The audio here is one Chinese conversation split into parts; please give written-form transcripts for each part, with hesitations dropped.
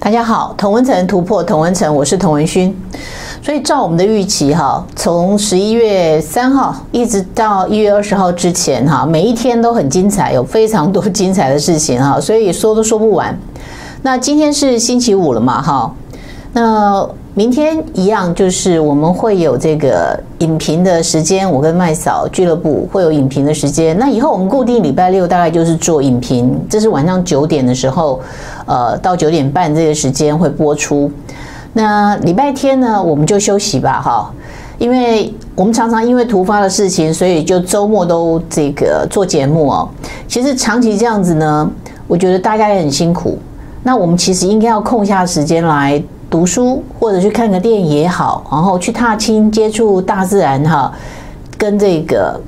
大家好，同温层突破同温层，我是童文勋。所以照我们的预期从11月3号一直到1月20号之前每一天都很精彩，有非常多精彩的事情所以说都说不完。那今天是星期五了嘛那明天一样就是我们会有这个影评的时间，我跟麦嫂俱乐部会有影评的时间。那以后我们固定礼拜六大概就是做影评，这是晚上9点的时候到9点半这个时间会播出。那礼拜天呢我们就休息吧因为我们常常因为突发的事情，所以就周末都这个做节目其实长期这样子呢，我觉得大家也很辛苦。那我们其实应该要空下时间来读书，或者去看个电影也好，然后去踏青接触大自然跟这个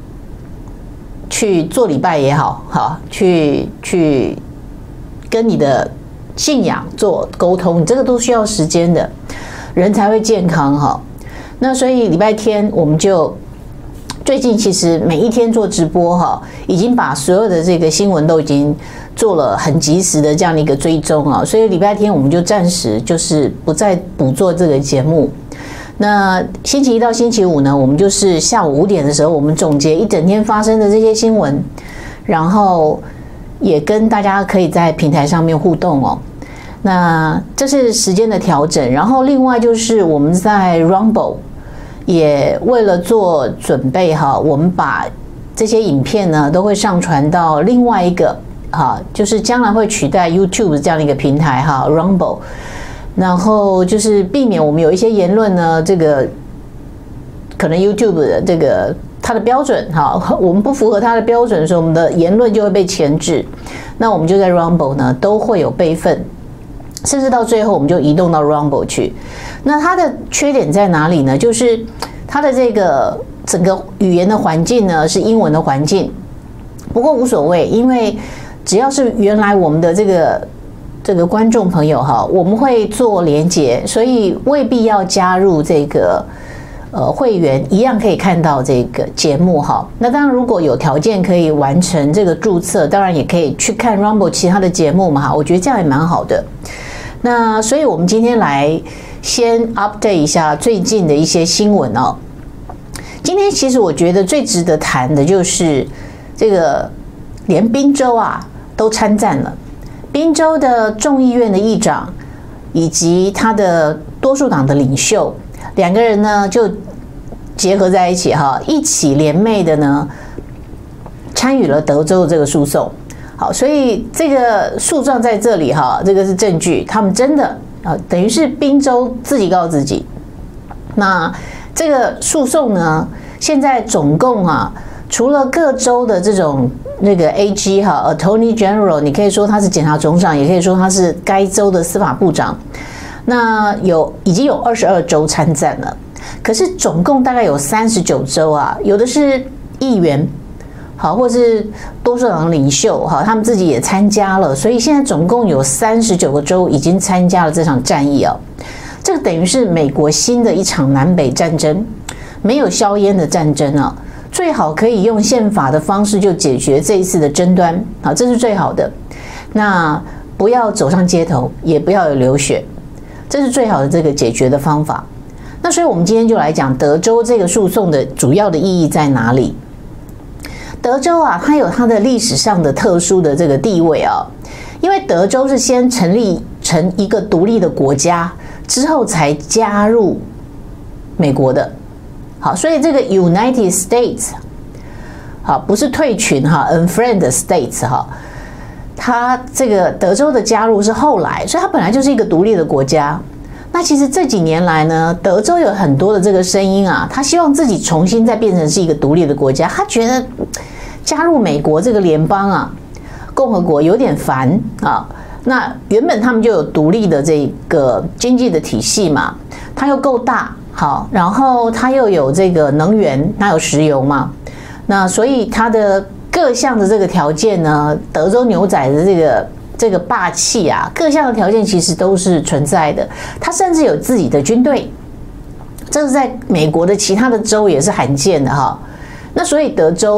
去做礼拜也好去跟你的信仰做沟通，你这个都需要时间的，人才会健康那所以礼拜天我们就最近其实每一天做直播已经把所有的这个新闻都已经做了很及时的这样的一个追踪所以礼拜天我们就暂时就是不再补做这个节目。那星期一到星期五呢，我们就是下午5点的时候，我们总结一整天发生的这些新闻，然后也跟大家可以在平台上面互动那这是时间的调整。然后另外就是我们在 Rumble 也为了做准备我们把这些影片呢都会上传到另外一个就是将来会取代 YouTube 这样的一个平台Rumble。然后就是避免我们有一些言论呢，这个可能 YouTube 的这个它的标准我们不符合它的标准的时候，我们的言论就会被钳制。那我们就在 Rumble 呢都会有备份，甚至到最后我们就移动到 Rumble 去。那它的缺点在哪里呢？就是它的这个整个语言的环境呢是英文的环境，不过无所谓，因为只要是原来我们的这个观众朋友我们会做连结，所以未必要加入这个会员，一样可以看到这个节目那当然如果有条件可以完成这个注册，当然也可以去看 Rumble 其他的节目嘛我觉得这样也蛮好的。那所以我们今天来先 update 一下最近的一些新闻今天其实我觉得最值得谈的就是这个连宾州都参战了。宾州的众议院的议长以及他的多数党的领袖两个人呢就结合在一起一起联袂的呢参与了德州的这个诉讼。好，所以这个诉状在这里这个是证据，他们真的等于是宾州自己告自己。那这个诉讼呢现在总共除了各州的这种那个 AG Attorney General， 你可以说他是检察总长，也可以说他是该州的司法部长。那已经有22州参战了，可是总共大概有39州有的是议员或是多数党领袖他们自己也参加了，所以现在总共有39个州已经参加了这场战役这个等于是美国新的一场南北战争，没有硝烟的战争最好可以用宪法的方式就解决这一次的争端这是最好的。那不要走上街头，也不要有流血，这是最好的这个解决的方法。那所以我们今天就来讲德州这个诉讼的主要的意义在哪里。德州它有它的历史上的特殊的这个地位因为德州是先成立成一个独立的国家之后才加入美国的。好，所以这个 United States 不是退群unfriend States 它这个德州的加入是后来，所以它本来就是一个独立的国家。那其实这几年来呢，德州有很多的这个声音他希望自己重新再变成是一个独立的国家，他觉得加入美国这个联邦共和国有点烦那原本他们就有独立的这个经济的体系嘛，它又够大好，然后它又有这个能源，它有石油嘛，那所以它的各项的这个条件呢，德州牛仔的这个霸气各项的条件其实都是存在的。它甚至有自己的军队，这是在美国的其他的州也是罕见的那所以德州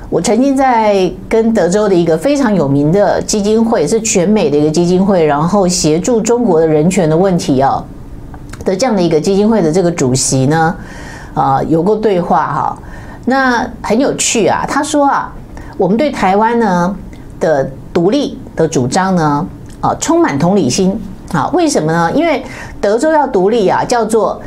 我曾经在跟德州的一个非常有名的基金会，是全美的一个基金会，然后协助中国的人权的问题的这样的一个基金会的这个主席呢，有过对话哈。那很有趣啊，他说啊，我们对台湾呢的独立的主张呢，充满同理心啊。为什么呢？因为德州要独立啊，叫做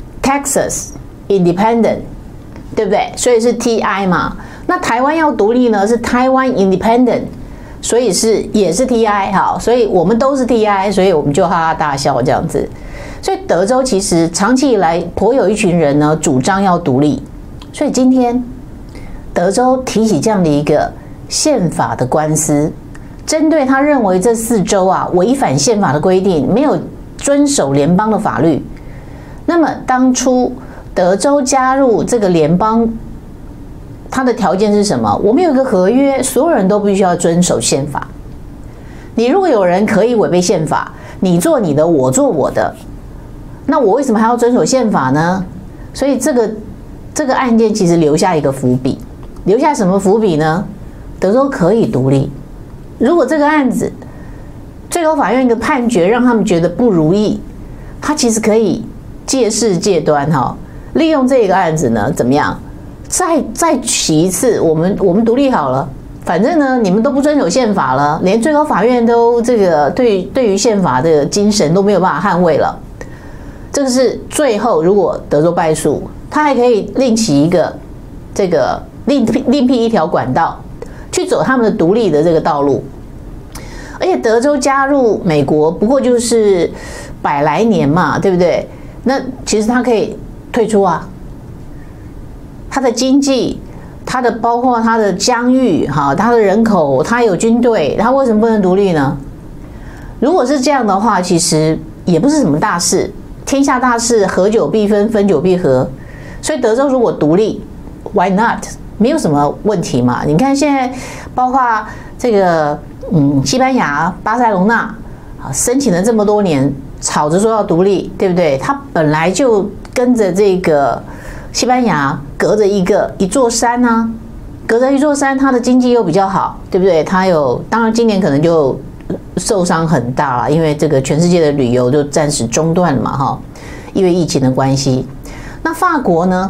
Texas Independent， 对不对？所以是 TI 嘛。那台湾要独立呢，是 Taiwan Independent， 所以也是 TI 好，所以我们都是 TI， 所以我们就哈哈大笑这样子。所以德州其实长期以来颇有一群人呢主张要独立，所以今天德州提起这样的一个宪法的官司，针对他认为这4州啊违反宪法的规定，没有遵守联邦的法律。那么当初德州加入这个联邦，它的条件是什么？我们有一个合约，所有人都必须要遵守宪法。你如果有人可以违背宪法，你做你的，我做我的，那我为什么还要遵守宪法呢？所以这个案件其实留下一个伏笔，留下什么伏笔呢？德州可以独立。如果这个案子最高法院一个判决让他们觉得不如意，他其实可以借势借端利用这个案子呢，怎么样？再起一次，我们独立好了，反正呢你们都不遵守宪法了，连最高法院都这个对于宪法的精神都没有办法捍卫了。这个是最后如果德州败诉，他还可以另起一个这个另辟一条管道去走他们的独立的这个道路。而且德州加入美国不过就是100来年嘛，对不对？那其实他可以退出啊。它的经济，包括它的疆域，它的人口，它有军队，它为什么不能独立呢？如果是这样的话，其实也不是什么大事，天下大事，合久必分，分久必合。所以德州如果独立 ，Why not？ 没有什么问题嘛。你看现在，包括这个西班牙巴塞隆纳申请了这么多年，吵着说要独立，对不对？它本来就跟着这个西班牙隔着一座山啊，隔着一座山，它的经济又比较好，对不对？当然今年可能就受伤很大了，因为这个全世界的旅游就暂时中断了嘛，因为疫情的关系。那法国呢？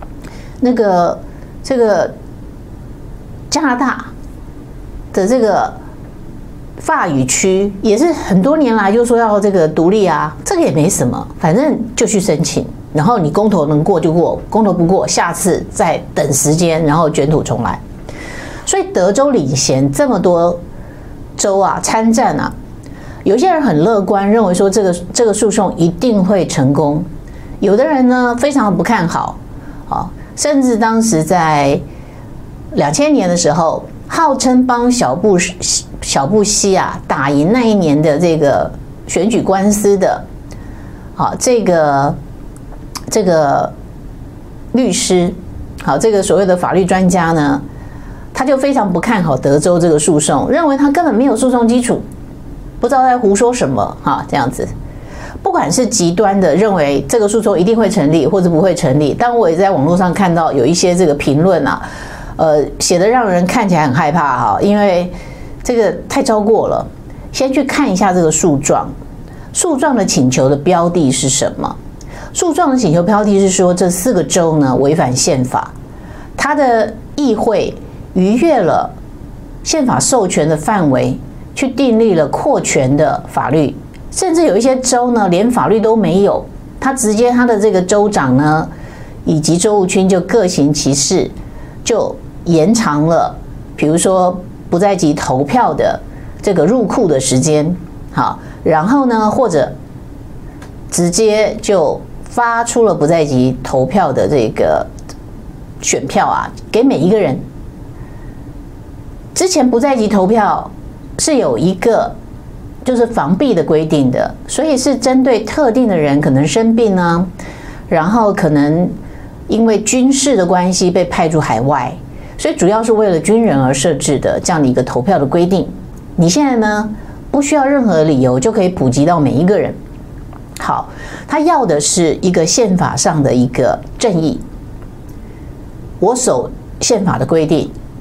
这个加拿大的这个法语区也是很多年来就说要这个独立啊，这个也没什么，反正就去申请。然后你公投能过就过，公投不过，下次再等时间，然后卷土重来。所以德州领衔这么多州啊参战啊，有些人很乐观，认为说这个诉讼一定会成功。有的人呢非常不看好，甚至当时在2000年的时候，号称帮小布希啊打赢那一年的这个选举官司的，这个律师，这个所谓的法律专家呢，他就非常不看好德州这个诉讼，认为他根本没有诉讼基础，不知道在胡说什么这样子。不管是极端的认为这个诉讼一定会成立或者不会成立，但我也在网络上看到有一些这个评论啊，写的让人看起来很害怕因为这个太超过了。先去看一下这个诉状的请求的标的是什么？诉状的请求标的是说这4个州呢违反宪法，它的议会逾越了宪法授权的范围，去订立了扩权的法律，甚至有一些州呢连法律都没有，他的这个州长呢以及州务卿就各行其事，就延长了比如说不在籍投票的这个入库的时间，然后呢或者直接就发出了不在籍投票的这个选票啊，给每一个人。之前不在籍投票是有一个就是防弊的规定的，所以是针对特定的人可能生病啊，然后可能因为军事的关系被派驻海外，所以主要是为了军人而设置的这样的一个投票的规定。你现在呢不需要任何理由就可以普及到每一个人。好，他要的是一个宪法上的一个正义，我守宪法的规定，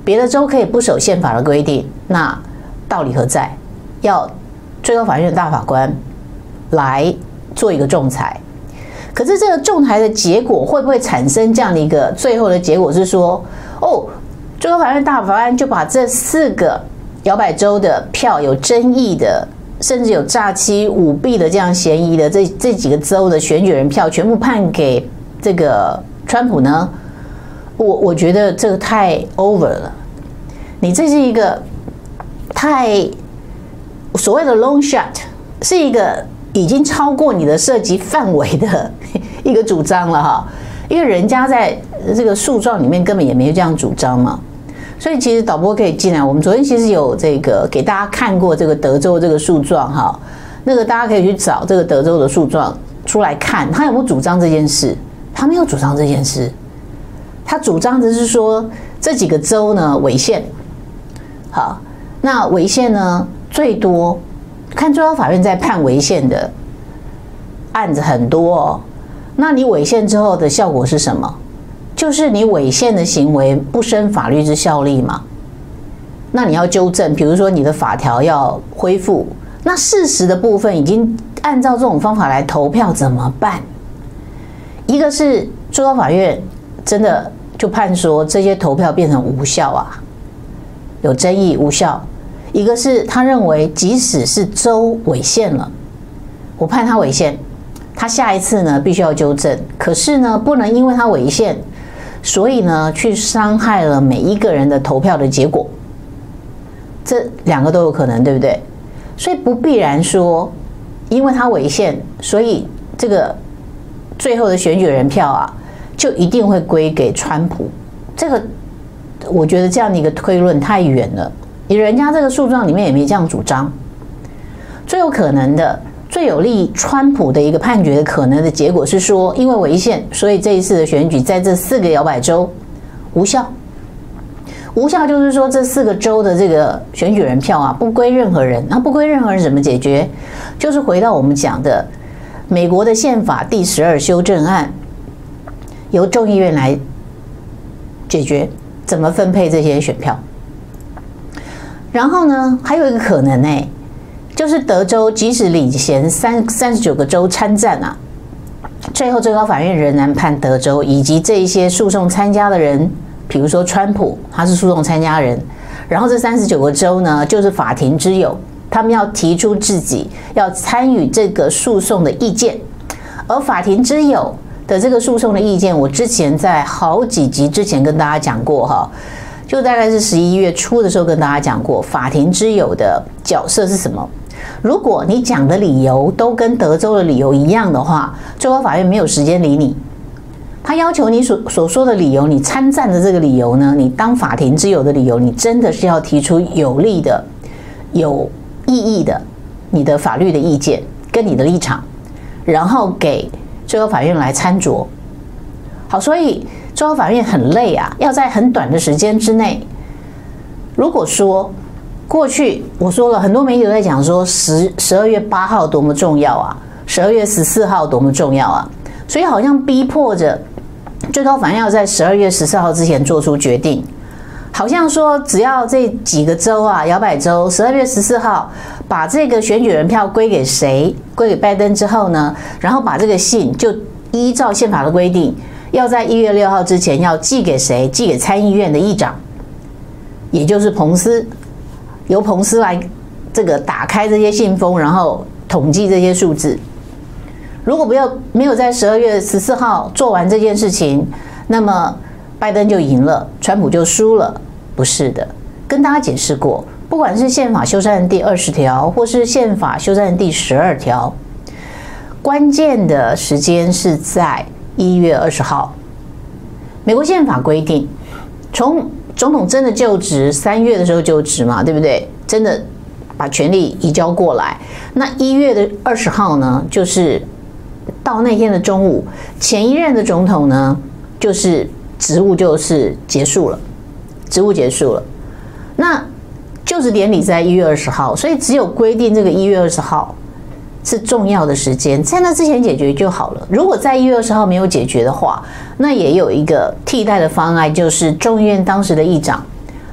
别的州可以不守宪法的规定，那道理何在？要最高法院的大法官来做一个仲裁。可是这个仲裁的结果会不会产生这样的一个最后的结果是说，最高法院大法官就把这4个摇摆州的票有争议的，甚至有诈欺舞弊的这样嫌疑的这几个州的选举人票全部判给这个川普呢？我觉得这个太 over 了。你这是一个太所谓的 long shot， 是一个已经超过你的涉及范围的一个主张了哈，因为人家在这个诉状里面根本也没有这样主张嘛。所以其实导播可以进来，我们昨天其实有这个给大家看过这个德州这个诉状哈，那个大家可以去找这个德州的诉状出来看，他有没有主张这件事？他没有主张这件事，他主张的是说这几个州呢违宪。好，那违宪呢最多看最高法院在判违宪的案子很多哦，那你违宪之后的效果是什么？就是你违宪的行为不生法律之效力嘛，那你要纠正，比如说你的法条要恢复，那事实的部分已经按照这种方法来投票怎么办？一个是最高法院真的就判说这些投票变成无效啊，有争议无效；一个是他认为即使是州违宪了，我判他违宪，他下一次呢必须要纠正，可是呢不能因为他违宪，所以呢去伤害了每一个人的投票的结果，这2个都有可能，对不对？所以不必然说因为他违宪，所以这个最后的选举人票啊就一定会归给川普。这个我觉得这样的一个推论太远了，人家这个诉状里面也没这样主张。最有可能的最有利川普的一个判决的可能的结果是说，因为违宪，所以这一次的选举在这4个摇摆州无效。无效就是说这4个州的这个选举人票啊不归任何人。那不归任何人怎么解决？就是回到我们讲的美国的宪法第12修正案，由众议院来解决怎么分配这些选票。然后呢还有一个可能就是德州即使领衔39个州参战啊，最后最高法院仍然判德州以及这一些诉讼参加的人，比如说川普他是诉讼参加人，然后这39个州呢就是法庭之友，他们要提出自己要参与这个诉讼的意见。而法庭之友的这个诉讼的意见，我之前在好几集之前跟大家讲过哈，就大概是11月初的时候跟大家讲过法庭之友的角色是什么。如果你讲的理由都跟德州的理由一样的话，最高法院没有时间理你。他要求你所说的理由，你参战的这个理由呢，你当法庭之友的理由，你真的是要提出有利的、有意义的你的法律的意见跟你的立场，然后给最高法院来参酌。好，所以最高法院很累啊，要在很短的时间之内。如果说过去我说了很多媒体都在讲说12月8号多么重要啊，12月14号多么重要啊，所以好像逼迫着最高法院要在12月14号之前做出决定，好像说只要这几个州啊，摇摆州12月14号把这个选举人票归给谁，归给拜登之后呢，然后把这个信就依照宪法的规定，要在1月6号之前要寄给谁？寄给参议院的议长，也就是彭斯，由彭斯来这个打开这些信封，然后统计这些数字。如果没有在12月14号做完这件事情，那么拜登就赢了，川普就输了。不是的，跟大家解释过，不管是宪法修正案第20条，或是宪法修正案第12条，关键的时间是在1月20号。美国宪法规定，从总统真的就职3月的时候就职嘛，对不对？真的把权力移交过来，那1月20号呢，就是到那天的中午，前一任的总统呢，就是职务就是结束了，职务结束了。那就职典礼在1月20号，所以只有规定这个1月20号是重要的时间，在那之前解决就好了。如果在1月20号没有解决的话，那也有一个替代的方案，就是众议院当时的议长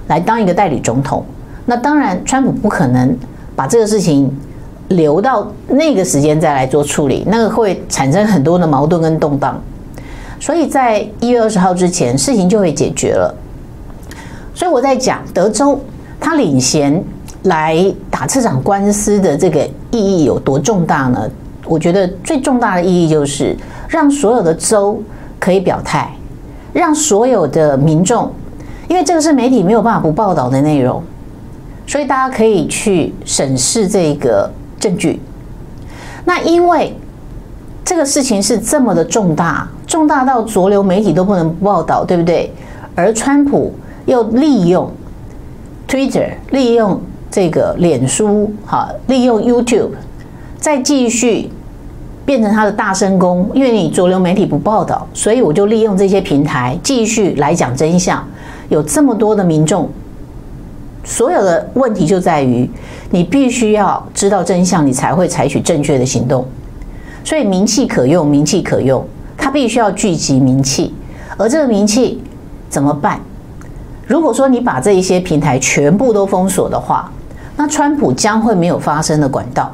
来当一个代理总统。那当然，川普不可能把这个事情留到那个时间再来做处理，那个会产生很多的矛盾跟动荡。所以在1月20号之前，事情就会解决了。所以我在讲德州他领衔来打这场官司的这个意义有多重大呢？我觉得最重大的意义就是让所有的州可以表态，让所有的民众，因为这个是媒体没有办法不报道的内容，所以大家可以去审视这个证据。那因为这个事情是这么的重大，重大到主流媒体都不能不报道，对不对？而川普又利用 Twitter， 利用这个脸书，利用 YouTube， 再继续变成他的大声公，因为你主流媒体不报道，所以我就利用这些平台继续来讲真相。有这么多的民众，所有的问题就在于你必须要知道真相，你才会采取正确的行动。所以名气可用，名气可用，它必须要聚集名气。而这个名气怎么办？如果说你把这一些平台全部都封锁的话，那川普将会没有发声的管道。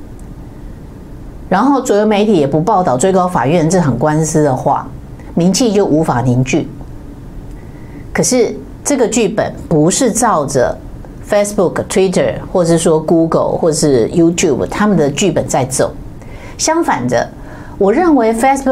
然后主流媒体也不报道最高法院这场官司的话，名气就无法凝聚。可是这个剧本不是照着 Facebook、Twitter 或是说 Google 或是 YouTube 他们的剧本在走。相反的，我认为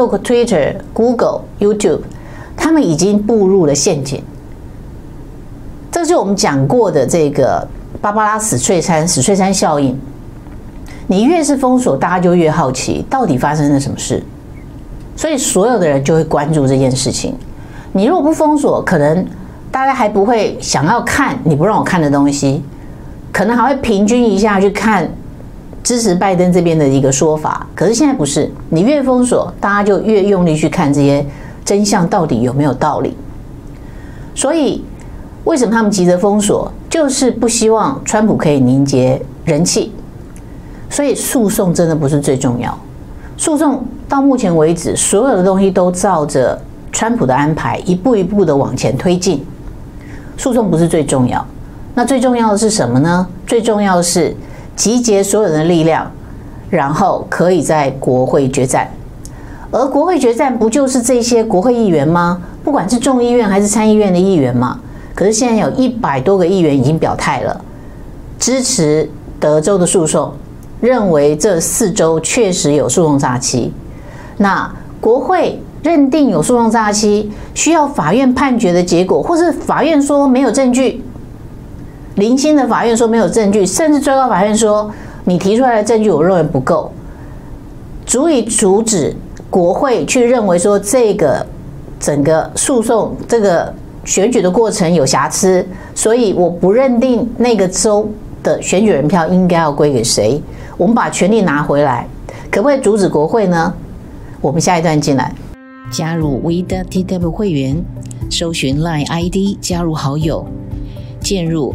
Facebook、Twitter、Google、YouTube 他们已经步入了陷阱。这就是我们讲过的这个芭芭拉史翠珊效应。你越是封锁，大家就越好奇到底发生了什么事，所以所有的人就会关注这件事情。你如果不封锁，可能大家还不会想要看你不让我看的东西，可能还会平均一下去看支持拜登这边的一个说法。可是现在不是，你越封锁，大家就越用力去看这些真相到底有没有道理。所以为什么他们急着封锁，就是不希望川普可以凝结人气。所以诉讼真的不是最重要，诉讼到目前为止，所有的东西都照着川普的安排一步一步的往前推进。诉讼不是最重要，那最重要的是什么呢？最重要的是集结所有人的力量，然后可以在国会决战。而国会决战不就是这些国会议员吗？不管是众议院还是参议院的议员嘛。可是现在有100多个议员已经表态了，支持德州的诉讼，认为这4州确实有诉讼诈欺。那国会认定有诉讼诈欺，需要法院判决的结果，或是法院说没有证据，零星的法院说没有证据，甚至最高法院说你提出来的证据我认为不够，足以阻止国会去认为说这个整个诉讼这个选举的过程有瑕疵，所以我不认定那个州的选举人票应该要归给谁，我们把权力拿回来，可不可以阻止国会呢？我们下一段进来。 加入 We.TW 会员，搜寻 LINE ID 加入好友，键入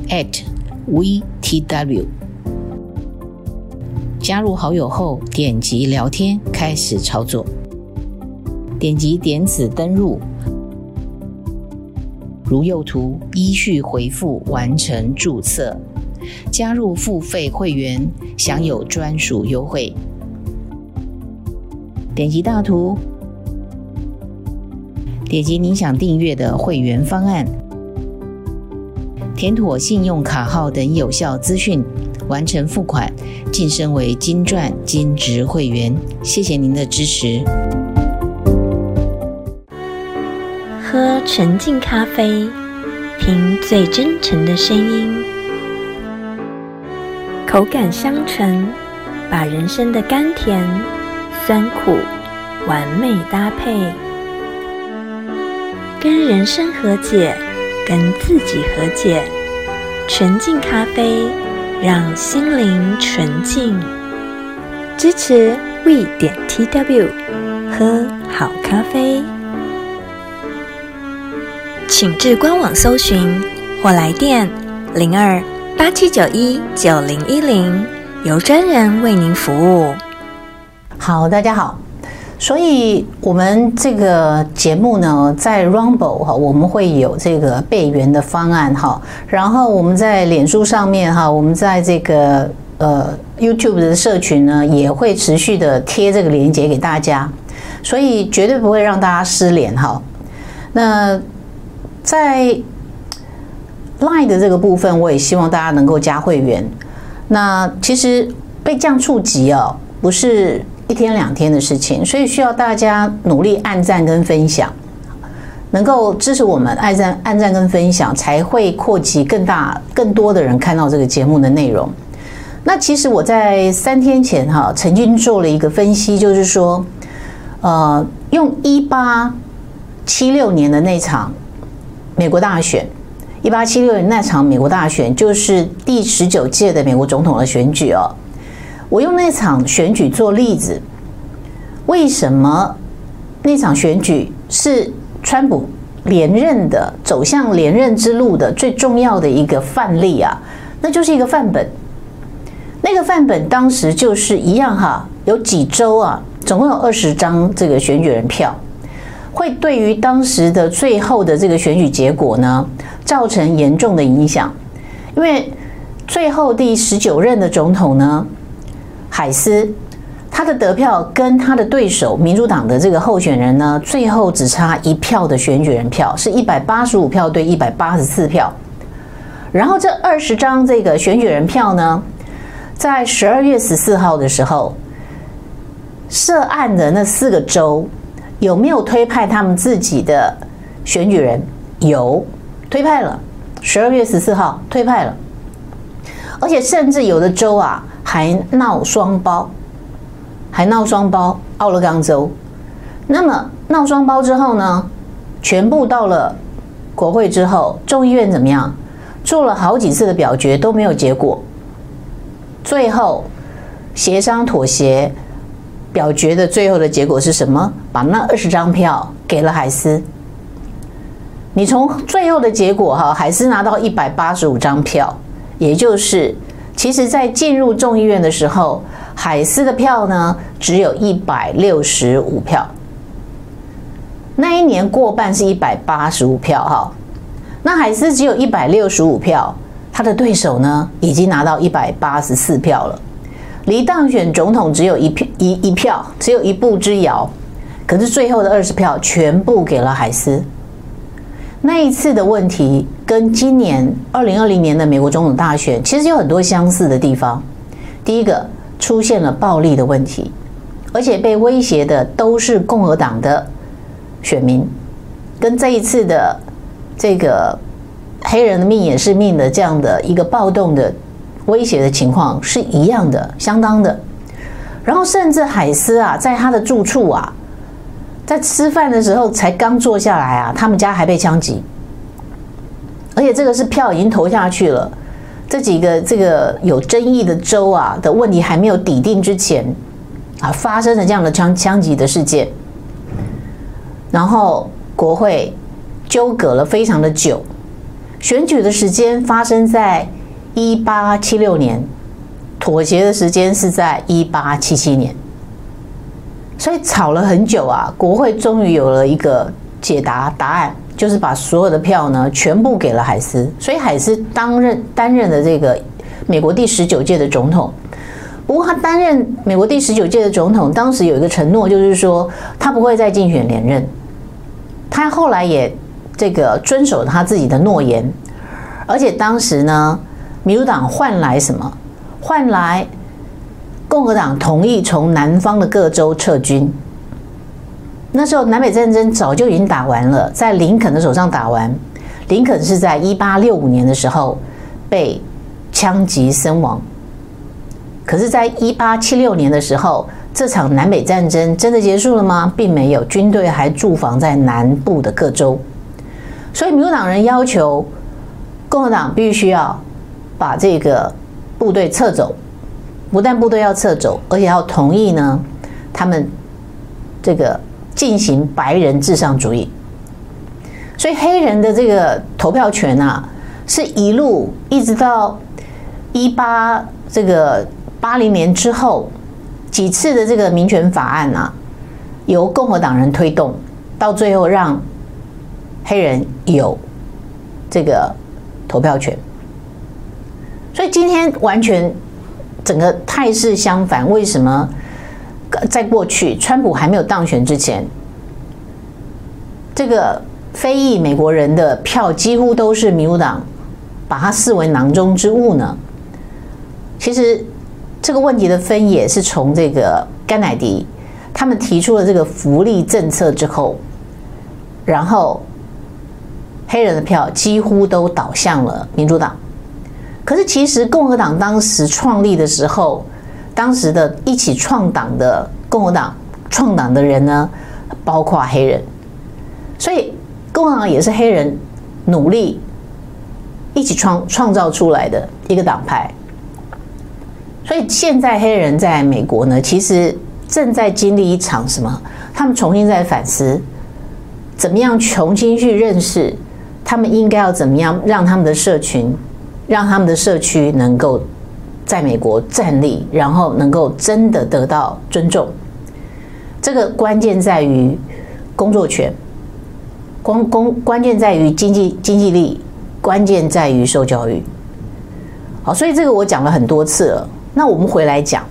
@WeTW。加入好友后，点击聊天，开始操作。点击点此登入，如右图依序回复完成注册。加入付费会员，享有专属优惠。点击大图，点击您想订阅的会员方案，填妥信用卡号等有效资讯，完成付款，晋升为金钻金质会员。谢谢您的支持。 喝纯净咖啡，听最真诚的声音，口感香醇，把人生的甘甜、酸苦完美搭配，跟人生和解，跟自己和解。纯净咖啡，让心灵纯净。支持 We.TW， 喝好咖啡。请至官网搜寻或来电02-8791-9010，由专人为您服务。 好，大家好。 所以我们这个节目呢，在 Rumble 哈，我们会有这个备援的方案哈，然后我们在脸书上面哈，我们在这个YouTube 的社群呢，也会持续的贴这个连结给大家，所以绝对不会让大家失联哈。那在 Line 的这个部分，我也希望大家能够加会员。那其实被降触及哦，不是1天2天的事情，所以需要大家努力按赞跟分享，能够支持我们按赞跟分享，才会扩及更多的人看到这个节目的内容。那其实我在3天前哈，曾经做了一个分析，就是说，用1876年的那场美国大选，1876年那场美国大选就是第19届的美国总统的选举哦。我用那场选举做例子，为什么那场选举是川普连任的走向连任之路的最重要的一个范例啊？那就是一个范本。那个范本当时就是一样哈，有几州啊，总共有20张这个选举人票，会对于当时的最后的这个选举结果呢，造成严重的影响。因为最后第19任的总统呢，海斯，他的得票跟他的对手民主党的这个候选人呢，最后只差1票的选举人票，是185票对184票。然后这20张这个选举人票呢，在12月14号的时候，涉案的那4个州有没有推派他们自己的选举人？有，推派了。12月14号推派了，而且甚至有的州啊还闹双包，奥勒冈州。那么闹双包之后呢，全部到了国会之后，众议院怎么样？做了好几次的表决都没有结果。最后协商妥协表决的最后的结果是什么？把那20张票给了海斯。你从最后的结果哈，海斯拿到185张票，也就是其实在进入众议院的时候，海斯的票呢只有165票。那一年过半是185票哈，那海斯只有165票。他的对手呢，已经拿到184票了，离当选总统只有一票，只有一步之遥。可是最后的20票全部给了海斯。那一次的问题跟今年2020年的美国总统大选其实有很多相似的地方。第一个，出现了暴力的问题，而且被威胁的都是共和党的选民，跟这一次的这个黑人的命也是命的这样的一个暴动的威胁的情况是一样的，相当的。然后甚至海斯啊，在他的住处啊，在吃饭的时候才刚坐下来啊，他们家还被枪击，而且这个是票已经投下去了，这几个这个有争议的州啊的问题还没有抵定之前啊，发生了这样的枪击的事件，然后国会纠葛了非常的久。选举的时间发生在1876年，妥协的时间是在1877年，所以吵了很久啊，国会终于有了一个答案，就是把所有的票呢全部给了海斯，所以海斯担任的这个美国第19届的总统。不过他担任美国第19届的总统，当时有一个承诺，就是说他不会再竞选连任。他后来也这个遵守他自己的诺言，而且当时呢，民主党换来什么？换来共和党同意从南方的各州撤军。那时候南北战争早就已经打完了，在林肯的手上打完。林肯是在1865年的时候被枪击身亡。可是，在1876年的时候，这场南北战争真的结束了吗？并没有，军队还驻防在南部的各州。所以民主党人要求共和党必须要把这个部队撤走，不但部队要撤走，而且要同意呢，他们这个进行白人至上主义。所以黑人的这个投票权啊，是一直到80年之后几次的这个民权法案啊， 由共和党人推动，到最后让黑人有这个投票权。所以今天完全整个态势相反。为什么在过去川普还没有当选之前，这个非裔美国人的票几乎都是民主党把它视为囊中之物呢？其实这个问题的分野是从这个甘乃迪他们提出了这个福利政策之后，然后黑人的票几乎都倒向了民主党。可是其实共和党当时创立的时候，当时的一起创党的共和党创党的人呢，包括黑人，所以共和党也是黑人努力一起创造出来的一个党派。所以现在黑人在美国呢，其实正在经历一场什么？他们重新在反思，怎么样重新去认识，他们应该要怎么样让他们的社群、让他们的社区能够在美国站立，然后能够真的得到尊重。这个关键在于工作权，关键在于经济力，关键在于受教育。好，所以这个我讲了很多次了。那我们回来讲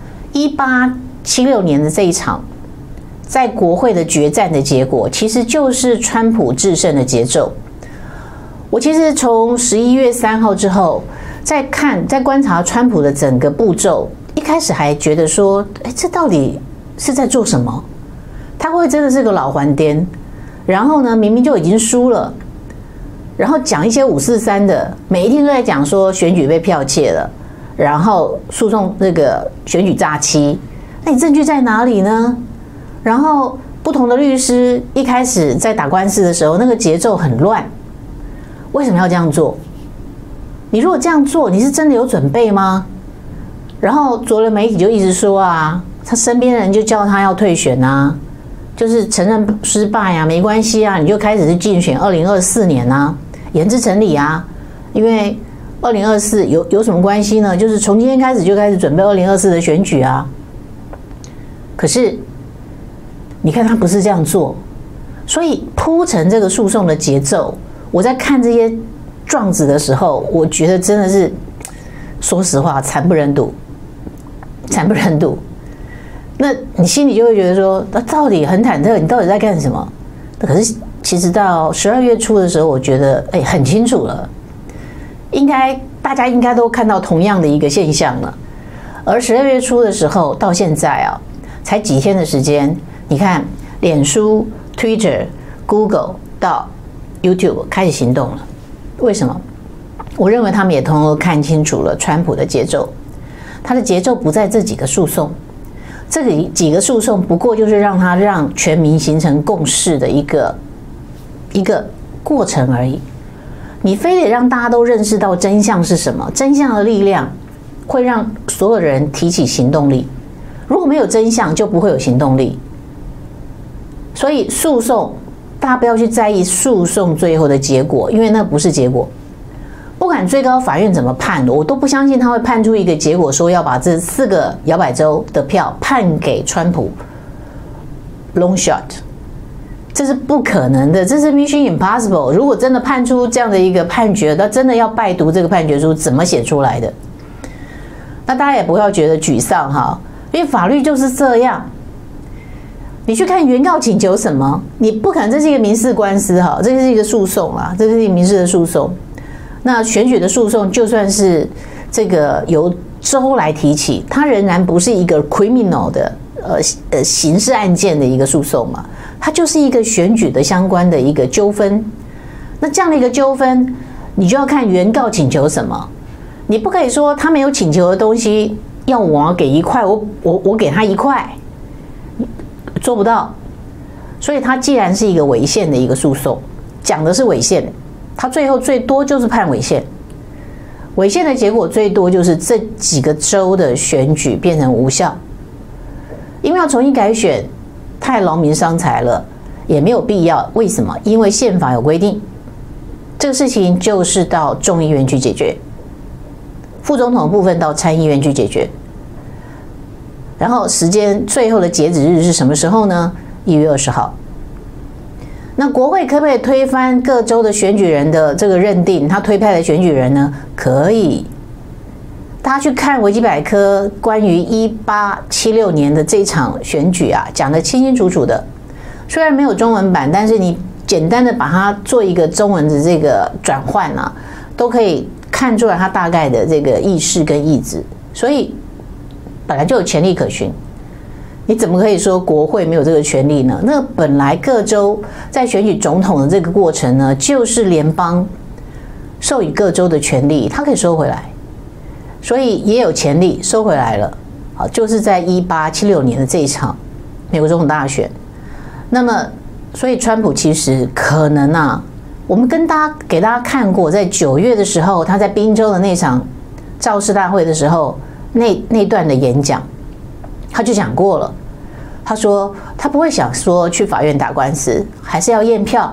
1876年的这一场在国会的决战的结果，其实就是川普制胜的节奏。我其实从11月3号之后在观察川普的整个步骤，一开始还觉得说，这到底是在做什么？他会真的是个老还颠？然后呢，明明就已经输了，然后讲一些543的，每一天都在讲说选举被剽窃了，然后诉讼这个选举诈欺，那你证据在哪里呢？然后不同的律师一开始在打官司的时候，那个节奏很乱。为什么要这样做？你如果这样做，你是真的有准备吗？然后左轮媒体就一直说啊，他身边人就叫他要退选啊，就是承认失败啊，没关系啊，你就开始去竞选2024年啊，言之成理啊。因为2024有什么关系呢？就是从今天开始就开始准备2024的选举啊。可是你看他不是这样做，所以铺陈这个诉讼的节奏，我在看这些状子的时候，我觉得真的是，说实话惨不忍睹，惨不忍睹。那你心里就会觉得说，那到底很忐忑，你到底在干什么？可是其实到12月初的时候，我觉得很清楚了，大家应该都看到同样的一个现象了。而12月初的时候到现在啊，才几天的时间，你看脸书、Twitter、Google 到 YouTube 开始行动了。为什么？我认为他们也通通看清楚了川普的节奏，他的节奏不在这几个诉讼，这几个诉讼不过就是让全民形成共识的一个过程而已。你非得让大家都认识到真相是什么？真相的力量会让所有人提起行动力。如果没有真相，就不会有行动力。所以诉讼，大家不要去在意诉讼最后的结果，因为那不是结果。不管最高法院怎么判，我都不相信他会判出一个结果，说要把这4个摇摆州的票判给川普 long shot， 这是不可能的，这是 mission impossible。如果真的判出这样的一个判决，那真的要拜读这个判决书怎么写出来的。那大家也不要觉得沮丧哈，因为法律就是这样。你去看原告请求什么，你不可能，这是一个民事官司哈，这是一个诉讼啦，这是一个民事的诉讼。那选举的诉讼，就算是这个由州来提起，它仍然不是一个 criminal 的刑事案件的一个诉讼嘛，它就是一个选举的相关的一个纠纷。那这样的一个纠纷，你就要看原告请求什么，你不可以说他没有请求的东西，要我要给1块，我给他1块，做不到。所以它既然是一个违宪的一个诉讼，讲的是违宪，它最后最多就是判违宪。违宪的结果最多就是这几个州的选举变成无效，因为要重新改选太劳民伤财了，也没有必要。为什么？因为宪法有规定，这个事情就是到众议院去解决，副总统的部分到参议院去解决。 然后时间最后的截止日是什么时候呢？1月20号。那国会可不可以推翻各州的选举人的这个认定？他推派的选举人呢？可以。大家去看维基百科关于1876年的这场选举啊，讲得清清楚楚的。虽然没有中文版，但是你简单的把它做一个中文的这个转换啊，都可以看出来它大概的这个意识跟意志。所以本来就有权利可循，你怎么可以说国会没有这个权利呢？那本来各州在选举总统的这个过程呢，就是联邦授予各州的权利，它可以收回来。所以也有潜力收回来了，好，就是在1876年的这一场美国总统大选。那么，所以川普其实可能啊，我们给大家看过，在9月的时候，他在宾州的那场造势大会的时候，那段的演讲，他就讲过了。他说他不会想说去法院打官司，还是要验票。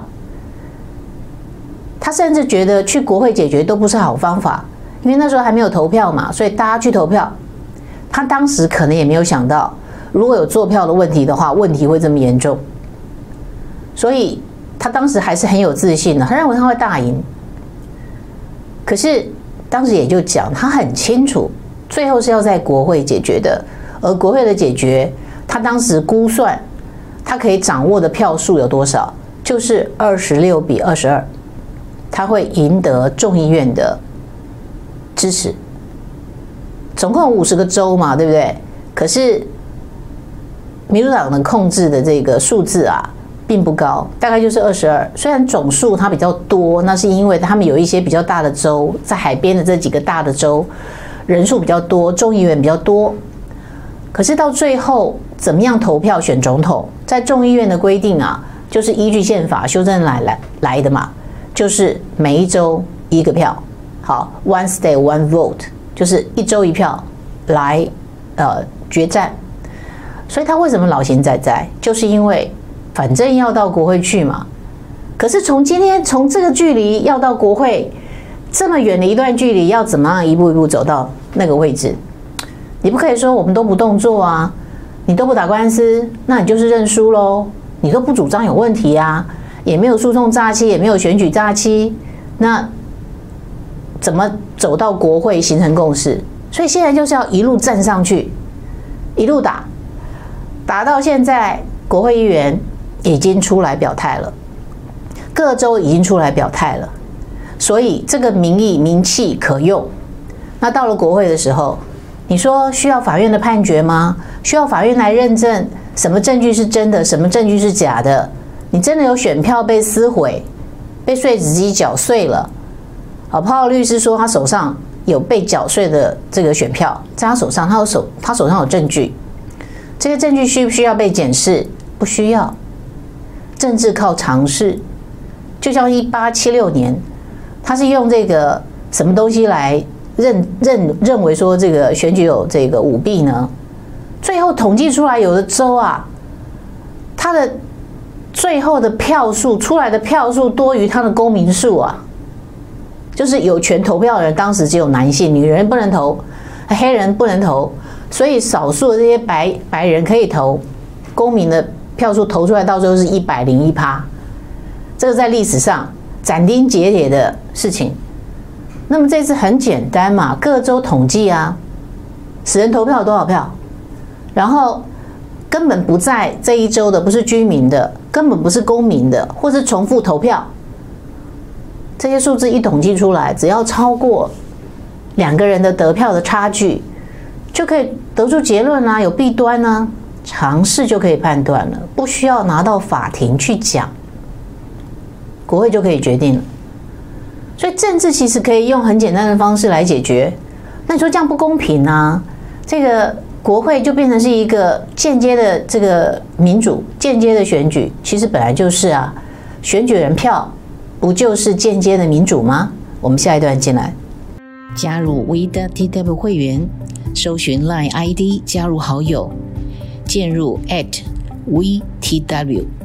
他甚至觉得去国会解决都不是好方法。因为那时候还没有投票嘛，所以大家去投票。他当时可能也没有想到，如果有作票的问题的话，问题会这么严重。所以他当时还是很有自信的，他认为他会大赢。可是当时也就讲，他很清楚，最后是要在国会解决的。而国会的解决，他当时估算，他可以掌握的票数有多少，就是26比22，他会赢得众议院的支持。总共50个州嘛，对不对？可是民主党的控制的这个数字啊，并不高，大概就是22。虽然总数它比较多，那是因为他们有一些比较大的州，在海边的这几个大的州，人数比较多，众议员比较多。可是到最后怎么样投票选总统，在众议院的规定啊，就是依据宪法修正来的嘛，就是每一州一个票。好 ，one state one vote， 就是一州一票来决战。所以他为什么老神在在，就是因为反正要到国会去嘛。可是从这个距离要到国会这么远的一段距离，要怎么样一步一步走到那个位置？你不可以说我们都不动作啊，你都不打官司，那你就是认输咯。你都不主张有问题啊，也没有诉讼诈欺，也没有选举诈欺，那怎么走到国会形成共识？所以现在就是要一路站上去，一路打到现在，国会议员已经出来表态了，各州已经出来表态了，所以这个名气可用。那到了国会的时候，你说需要法院的判决吗？需要法院来认证什么证据是真的，什么证据是假的？你真的有选票被撕毁，被碎纸机搅碎了？好，泡律师说他手上有被搅碎的这个选票，在他手上，他手上有证据。这个证据需不需要被检视？不需要。政治靠常识，就像1876年，他是用这个什么东西来认为说这个选举有这个舞弊呢？最后统计出来，有的州啊，他的最后的票数出来的票数多于他的公民数啊。就是有权投票的人，当时只有男性，女人不能投，黑人不能投，所以少数的这些白人可以投，公民的票数投出来到最后是101%，这个在历史上斩钉截铁的事情。那么这次很简单嘛，各州统计啊，死人投票有多少票，然后根本不在这一州的，不是居民的，根本不是公民的，或是重复投票。这些数字一统计出来，只要超过2个人的得票的差距，就可以得出结论啊，有弊端啊，常识就可以判断了，不需要拿到法庭去讲，国会就可以决定了。所以政治其实可以用很简单的方式来解决。那你说这样不公平啊？这个国会就变成是一个间接的这个民主，间接的选举，其实本来就是啊，选举人票不就是间接的民主吗？我们下一段进来。 加入 WeTW 会员，搜寻 LINE ID 加入好友，键入 @WeTW。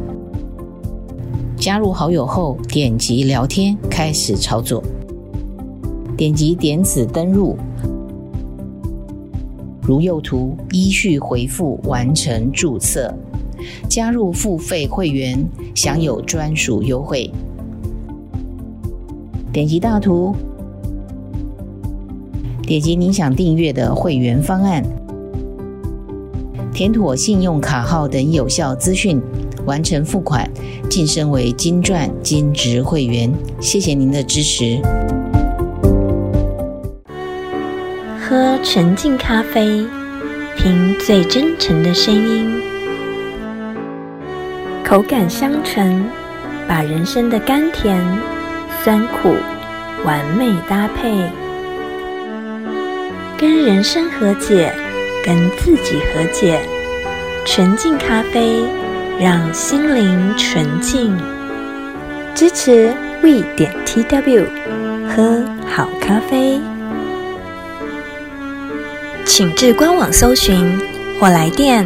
加入好友后，点击聊天，开始操作。点击点子登入， 如右图依序回复完成注册，加入付费会员，享有专属优惠。点击大图，点击你想订阅的会员方案，填妥信用卡号等有效资讯，完成付款，晋升为金钻金质会员。谢谢您的支持。 喝沉静咖啡，听最真诚的声音，口感香醇，把人生的甘甜、酸苦完美搭配，跟人生和解，跟自己和解。纯净咖啡，让心灵纯净。支持 we.tw， 喝好咖啡。请至官网搜寻或来电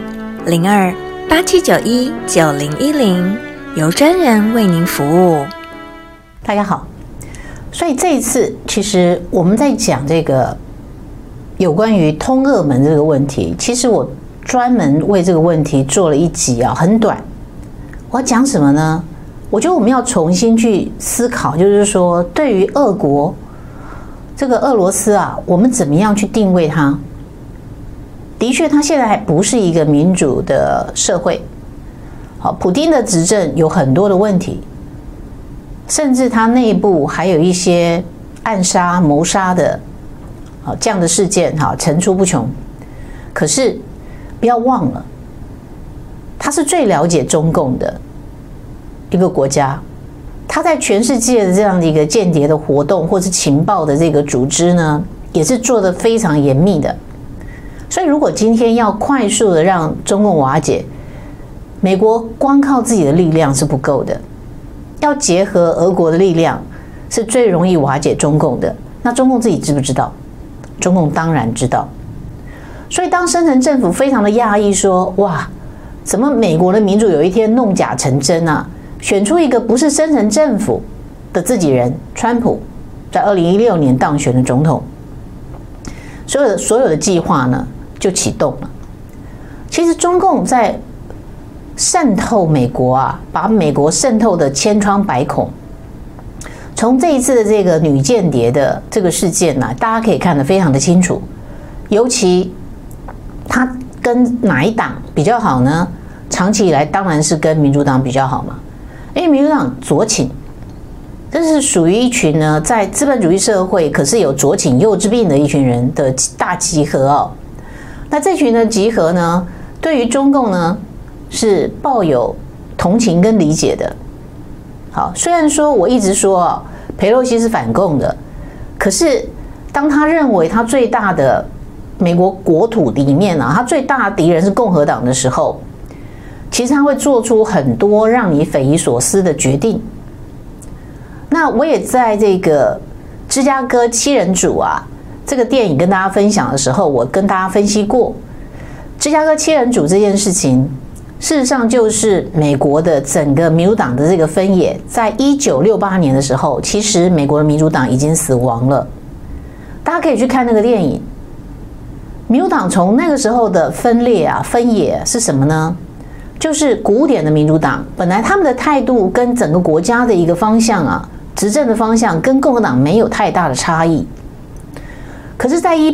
02-8791-9010，由专人为您服务。 大家好，所以这一次其实我们在讲这个有关于通俄门这个问题，其实我专门为这个问题做了一集啊，很短。我要讲什么呢？我觉得我们要重新去思考，就是说对于俄国这个俄罗斯啊，我们怎么样去定位它？的确，它现在还不是一个民主的社会。好，普丁的执政有很多的问题，甚至它内部还有一些暗杀、谋杀的这样的事件，层出不穷。可是不要忘了，它是最了解中共的一个国家，它在全世界的这样的一个间谍的活动或是情报的这个组织呢，也是做得非常严密的。所以如果今天要快速的让中共瓦解，美国光靠自己的力量是不够的，要结合俄国的力量是最容易瓦解中共的。那中共自己知不知道？中共当然知道。所以当深层政府非常的讶异说，哇，怎么美国的民主有一天弄假成真啊，选出一个不是深层政府的自己人，川普在2016年当选的总统，所有的计划呢就启动了。其实中共在渗透美国啊，把美国渗透的千疮百孔。从这一次的这个女间谍的这个事件呢，大家可以看得非常的清楚。尤其他跟哪一党比较好呢？长期以来当然是跟民主党比较好嘛，因为民主党左倾，这是属于一群呢在资本主义社会可是有左倾右治病的一群人的大集合哦。那这群的集合呢，对于中共呢是抱有同情跟理解的。好，虽然说我一直说裴洛西是反共的，可是当他认为他最大的美国国土里面他最大的敌人是共和党的时候，其实他会做出很多让你匪夷所思的决定。那我也在这个芝加哥七人组这个电影跟大家分享的时候，我跟大家分析过芝加哥七人组这件事情，事实上就是美国的整个民主党的这个分野。在1968年的时候，其实美国的民主党已经死亡了，大家可以去看那个电影。民主党从那个时候的分裂分野是什么呢？就是古典的民主党，本来他们的态度跟整个国家的一个方向执政的方向跟共和党没有太大的差异。可是在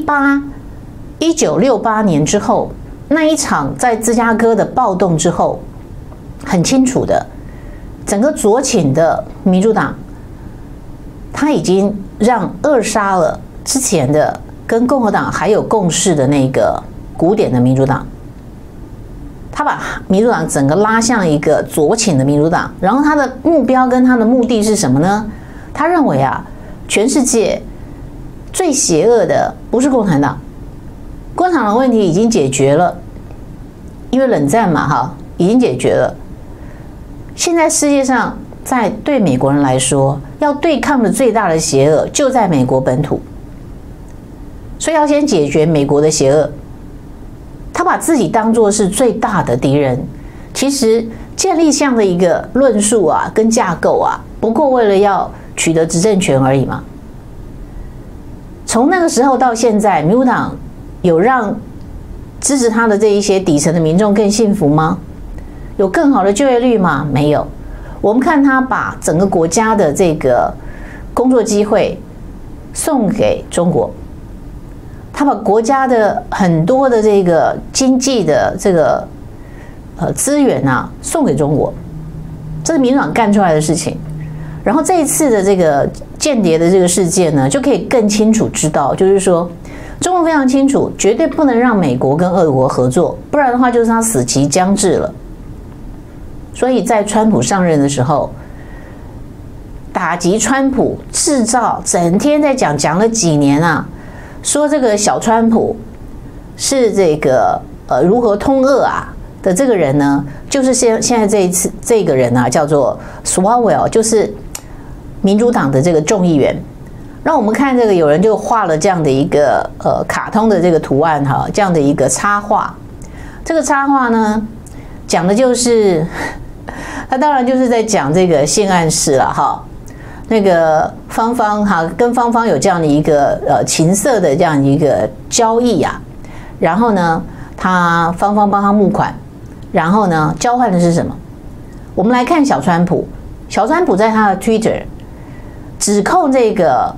1968年之后，那一场在芝加哥的暴动之后，很清楚的，整个左倾的民主党，他已经让扼杀了之前的跟共和党还有共识的那个古典的民主党。他把民主党整个拉向一个左倾的民主党，然后他的目标跟他的目的是什么呢？他认为全世界最邪恶的不是共产党，共产党的问题已经解决了，因为冷战嘛已经解决了。现在世界上在对美国人来说，要对抗的最大的邪恶就在美国本土，所以要先解决美国的邪恶。他把自己当作是最大的敌人，其实建立这样的一个论述跟架构不过为了要取得执政权而已嘛。从那个时候到现在，民主党有让支持他的这一些底层的民众更幸福吗？有更好的就业率吗？没有。我们看他把整个国家的这个工作机会送给中国，他把国家的很多的这个经济的这个资源啊送给中国，这是民主党干出来的事情。然后这一次的这个间谍的这个事件呢，就可以更清楚知道，就是说中国非常清楚，绝对不能让美国跟俄国合作，不然的话就是他死期将至了。所以在川普上任的时候，打击川普，制造整天在讲了几年啊，说这个小川普是这个如何通俄啊的这个人呢，就是现在这一次这个人啊，叫做 Swalwell， 就是民主党的这个众议员。让我们看这个，有人就画了这样的一个卡通的这个图案哈，这样的一个插画。这个插画呢，讲的就是他当然就是在讲这个性暗示了哈。那个芳芳哈跟芳芳有这样的一个情色的这样一个交易啊，然后呢，芳芳帮他募款，然后呢，交换的是什么？我们来看小川普在他的 Twitter 指控这个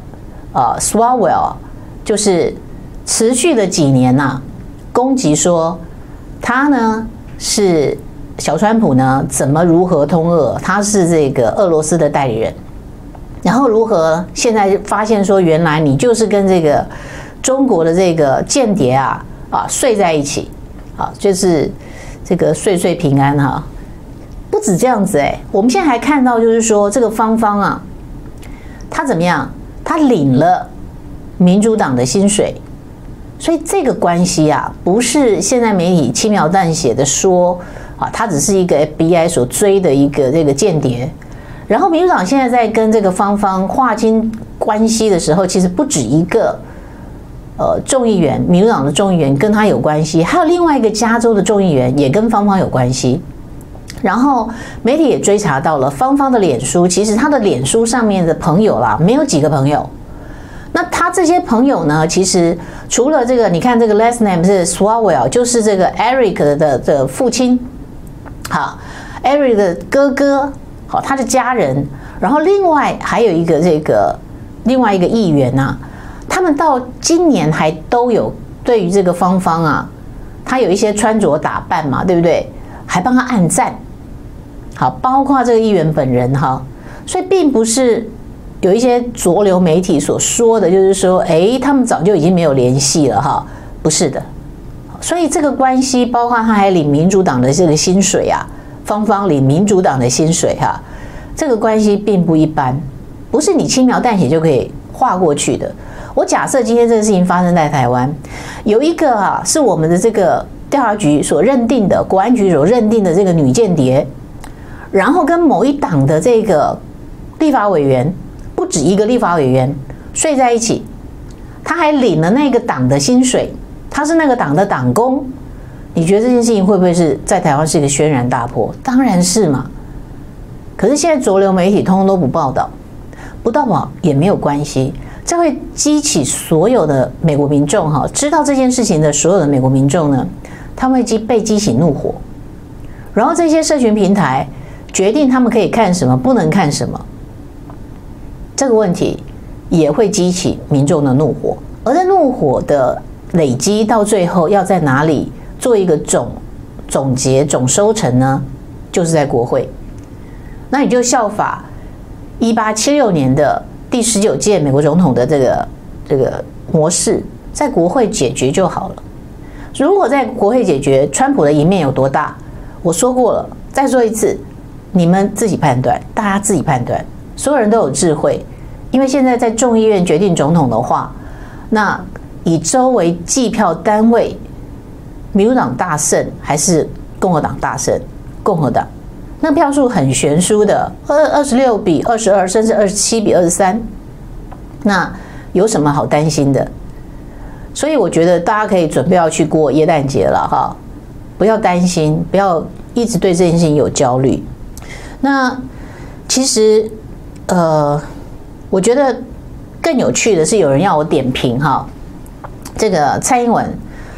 Swalwell 就是持续的几年呐，攻击说他呢是小川普呢怎么如何通俄，他是这个俄罗斯的代理人。然后如何现在发现说，原来你就是跟这个中国的这个间谍睡在一起，就是这个岁岁平安哈。不止这样子我们现在还看到就是说这个芳芳啊，他怎么样？他领了民主党的薪水，所以这个关系啊，不是现在媒体轻描淡写的说他只是一个 FBI 所追的一个这个间谍。然后民主党现在在跟这个芳芳划清关系的时候，其实不止一个众议员，民主党的众议员跟他有关系，还有另外一个加州的众议员也跟芳芳有关系。然后媒体也追查到了芳芳的脸书，其实他的脸书上面的朋友啦，没有几个朋友。那他这些朋友呢，其实除了这个，你看这个 last name 是 Swalwell， 就是这个 Eric 的父亲，好 ，Eric 的哥哥。好，他的家人，然后另外还有一个另外一个议员啊，他们到今年还都有对于这个芳芳啊，他有一些穿着打扮嘛，对不对？还帮他按赞，好，包括这个议员本人哈，所以并不是有一些浊流媒体所说的，就是说，他们早就已经没有联系了哈，不是的。所以这个关系，包括他还领民主党的这个薪水啊。芳芳领民主党的薪水哈，这个关系并不一般，不是你轻描淡写就可以划过去的。我假设今天这个事情发生在台湾，有一个是我们的这个调查局所认定的，国安局所认定的这个女间谍，然后跟某一党的这个立法委员，不止一个立法委员睡在一起，他还领了那个党的薪水，他是那个党的党工。你觉得这件事情会不会是在台湾是一个轩然大波？当然是嘛。可是现在浊流媒体通通都不报道，不报道也没有关系，这会激起所有的美国民众知道这件事情的所有的美国民众呢，他们会被激起怒火，然后这些社群平台决定他们可以看什么，不能看什么，这个问题也会激起民众的怒火，而在怒火的累积到最后要在哪里？做一个总结总收成呢，就是在国会。那你就效法1876年的第19届美国总统的这个模式，在国会解决就好了。如果在国会解决，川普的赢面有多大？我说过了，再说一次，你们自己判断，大家自己判断，所有人都有智慧。因为现在在众议院决定总统的话，那以州为计票单位。民主党大胜还是共和党大胜？共和党，那票数很悬殊的，26比22，甚至27比23，那有什么好担心的？所以我觉得大家可以准备要去过耶诞节了哈，不要担心，不要一直对这件事情有焦虑。那其实我觉得更有趣的是，有人要我点评哈，这个蔡英文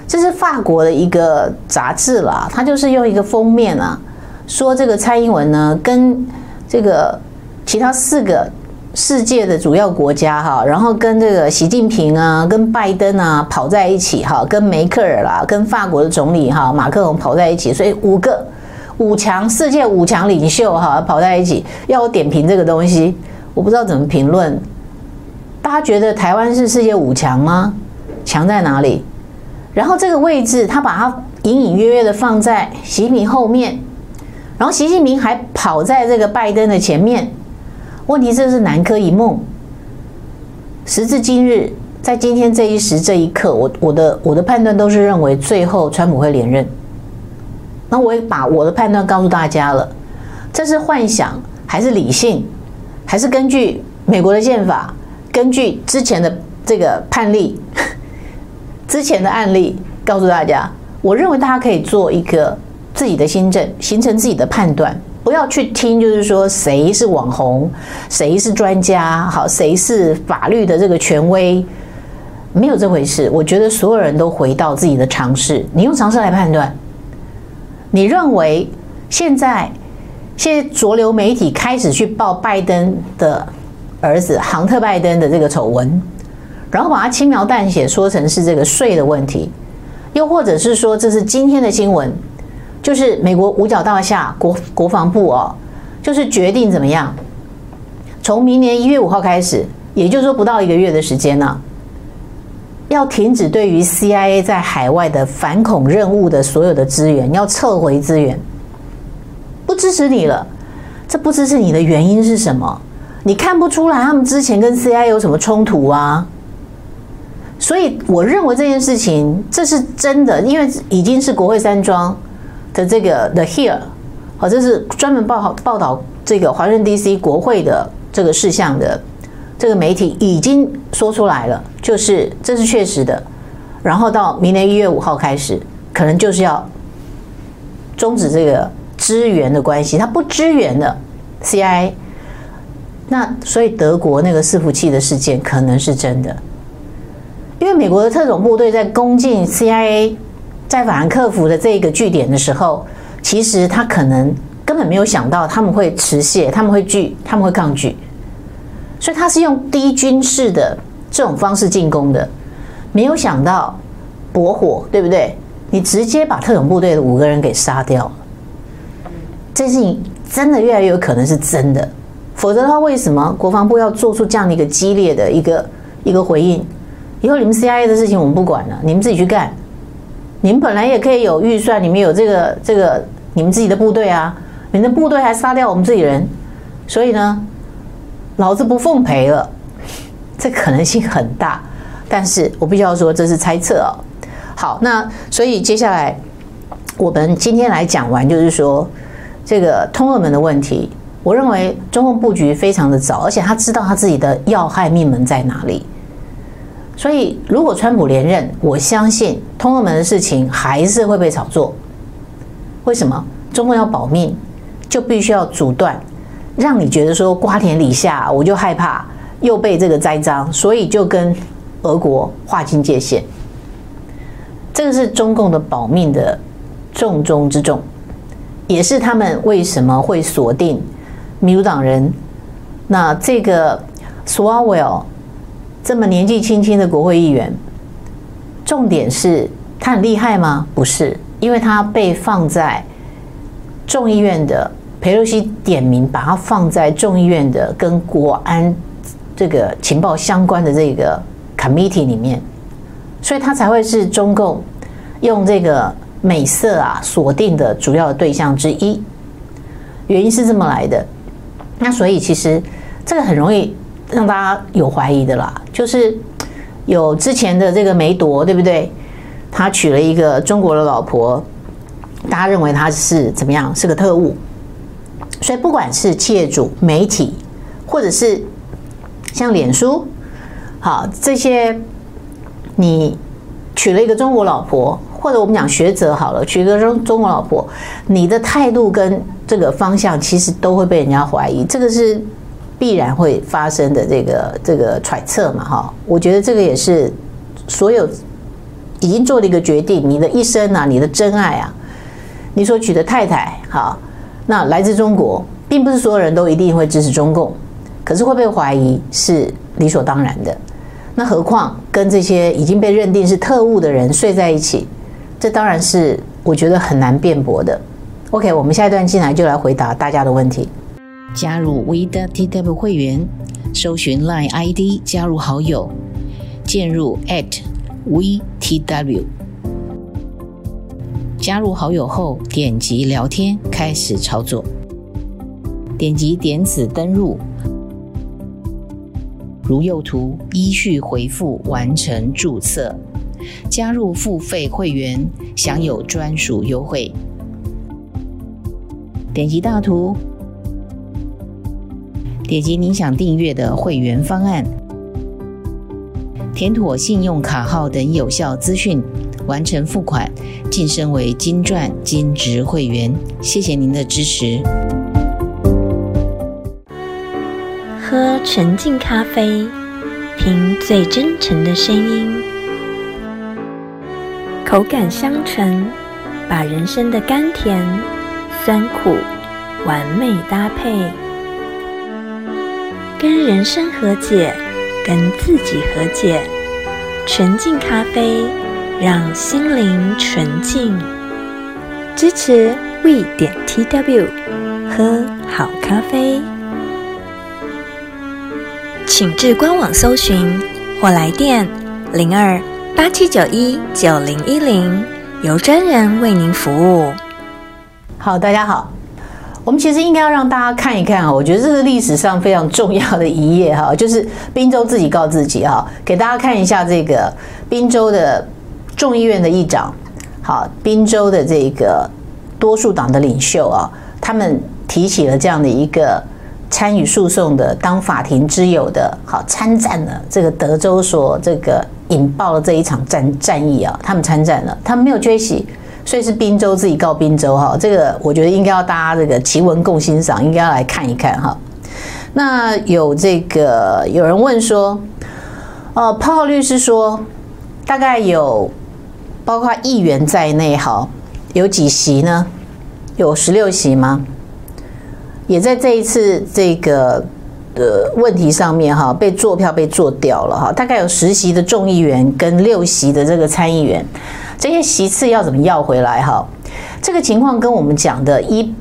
这是法国的一个杂志啦，它就是用一个封面啊，说这个蔡英文呢跟这个其他4个世界的主要国家哈，然后跟这个习近平啊、跟拜登啊跑在一起哈，跟梅克尔啦、跟法国的总理哈马克龙跑在一起，所以世界五强领袖哈跑在一起，要我点评这个东西，我不知道怎么评论。大家觉得台湾是世界5强吗？强在哪里？然后这个位置，他把它隐隐约约的放在习近平后面，然后习近平还跑在这个拜登的前面。问题这是南柯一梦。时至今日，在今天这一时这一刻，我的判断都是认为最后川普会连任。那我也把我的判断告诉大家了，这是幻想还是理性，还是根据美国的宪法，根据之前的这个判例？之前的案例告诉大家，我认为大家可以做一个自己的心证，形成自己的判断，不要去听就是说谁是网红，谁是专家，好，谁是法律的这个权威，没有这回事。我觉得所有人都回到自己的常识，你用常识来判断。你认为现在浊流媒体开始去报拜登的儿子杭特拜登的这个丑闻，然后把它轻描淡写说成是这个税的问题，又或者是说这是今天的新闻，就是美国五角大厦国防部就是决定怎么样，从明年1月5号开始，也就是说不到1个月的时间呢，要停止对于 CIA 在海外的反恐任务的所有的资源，要撤回资源，不支持你了。这不支持你的原因是什么？你看不出来他们之前跟 CIA 有什么冲突啊？所以我认为这件事情这是真的，因为已经是国会山庄的这个 The Hill， 这是专门报道这个华盛顿 DC 国会的这个事项的这个媒体已经说出来了，就是这是确实的。然后到明年1月5号开始，可能就是要终止这个支援的关系，他不支援了 CIA， 那所以德国那个伺服器的事件可能是真的。因为美国的特种部队在攻进 CIA 在法兰克福的这个据点的时候，其实他可能根本没有想到他们会持械，他们会抗拒，所以他是用低军事的这种方式进攻的，没有想到駁火，对不对？你直接把特种部队的5个人给杀掉了，这事情真的越来越有可能是真的，否则的话，为什么国防部要做出这样的一个激烈的一个回应？以后你们 CIA 的事情我们不管了，你们自己去干。你们本来也可以有预算，你们有这个你们自己的部队啊，你们的部队还杀掉我们自己人，所以呢，老子不奉陪了，这可能性很大。但是我必须要说，这是猜测哦。好，那所以接下来我们今天来讲完，就是说这个通俄门的问题。我认为中共布局非常的早，而且他知道他自己的要害命门在哪里。所以，如果川普连任，我相信通俄门的事情还是会被炒作。为什么？中共要保命，就必须要阻断，让你觉得说瓜田李下，我就害怕又被这个栽赃，所以就跟俄国划清界限。这个是中共的保命的重中之重，也是他们为什么会锁定民主党人。那这个 Swalwell。这么年纪轻轻的国会议员，重点是他很厉害吗？不是，因为他被放在众议院的裴洛西点名，把他放在众议院的跟国安这个情报相关的这个 committee 里面，所以他才会是中共用这个美色锁定的主要的对象之一。原因是这么来的。那所以其实这个很容易让大家有怀疑的啦，就是有之前的这个梅铎，对不对？他娶了一个中国的老婆，大家认为他是怎么样？是个特务。所以不管是企业主、媒体，或者是像脸书，好这些，你娶了一个中国老婆，或者我们讲学者好了，娶一个中国老婆，你的态度跟这个方向其实都会被人家怀疑，这个是必然会发生的这个揣测嘛，哈，我觉得这个也是所有已经做了一个决定，你的一生啊，你的真爱啊，你所娶的太太，好，那来自中国，并不是所有人都一定会支持中共，可是会被怀疑是理所当然的。那何况跟这些已经被认定是特务的人睡在一起，这当然是我觉得很难辩驳的。OK， 我们下一段进来就来回答大家的问题。 加入 We.TW 会员，搜寻 LINE ID 加入好友，键入 @WeTW。加入好友后，点击聊天开始操作，点击点此登入，如右图依序回复完成注册，加入付费会员，享有专属优惠。点击大图，点击您想订阅的会员方案，填妥信用卡号等有效资讯，完成付款，晋升为金钻金质会员。谢谢您的支持。 喝沉静咖啡，听最真诚的声音，口感香醇，把人生的甘甜、酸苦完美搭配，跟人生和解，跟自己和解。沉静咖啡，让心灵纯净。支持 We.TW， 喝好咖啡。请至官网搜寻或来电02-8791-9010，由专人为您服务。 好，大家好，我们其实应该要让大家看一看我觉得这是历史上非常重要的一页就是宾州自己告自己给大家看一下这个宾州的众议院的议长，好，宾州的这个多数党的领袖他们提起了这样的一个参与诉讼的当法庭之友的好参战了这个德州所这个引爆了这一场战役他们参战了，他们没有缺席，所以是宾州自己告宾州这个我觉得应该要大家这个奇文共欣赏，应该要来看一看那有人问说泡律师说大概有包括议员在内有几席呢？有16席吗？也在这一次这个问题上面被做票被做掉了大概有10席的众议员跟6席的这个参议员，这些席次要怎么要回来这个情况跟我们讲的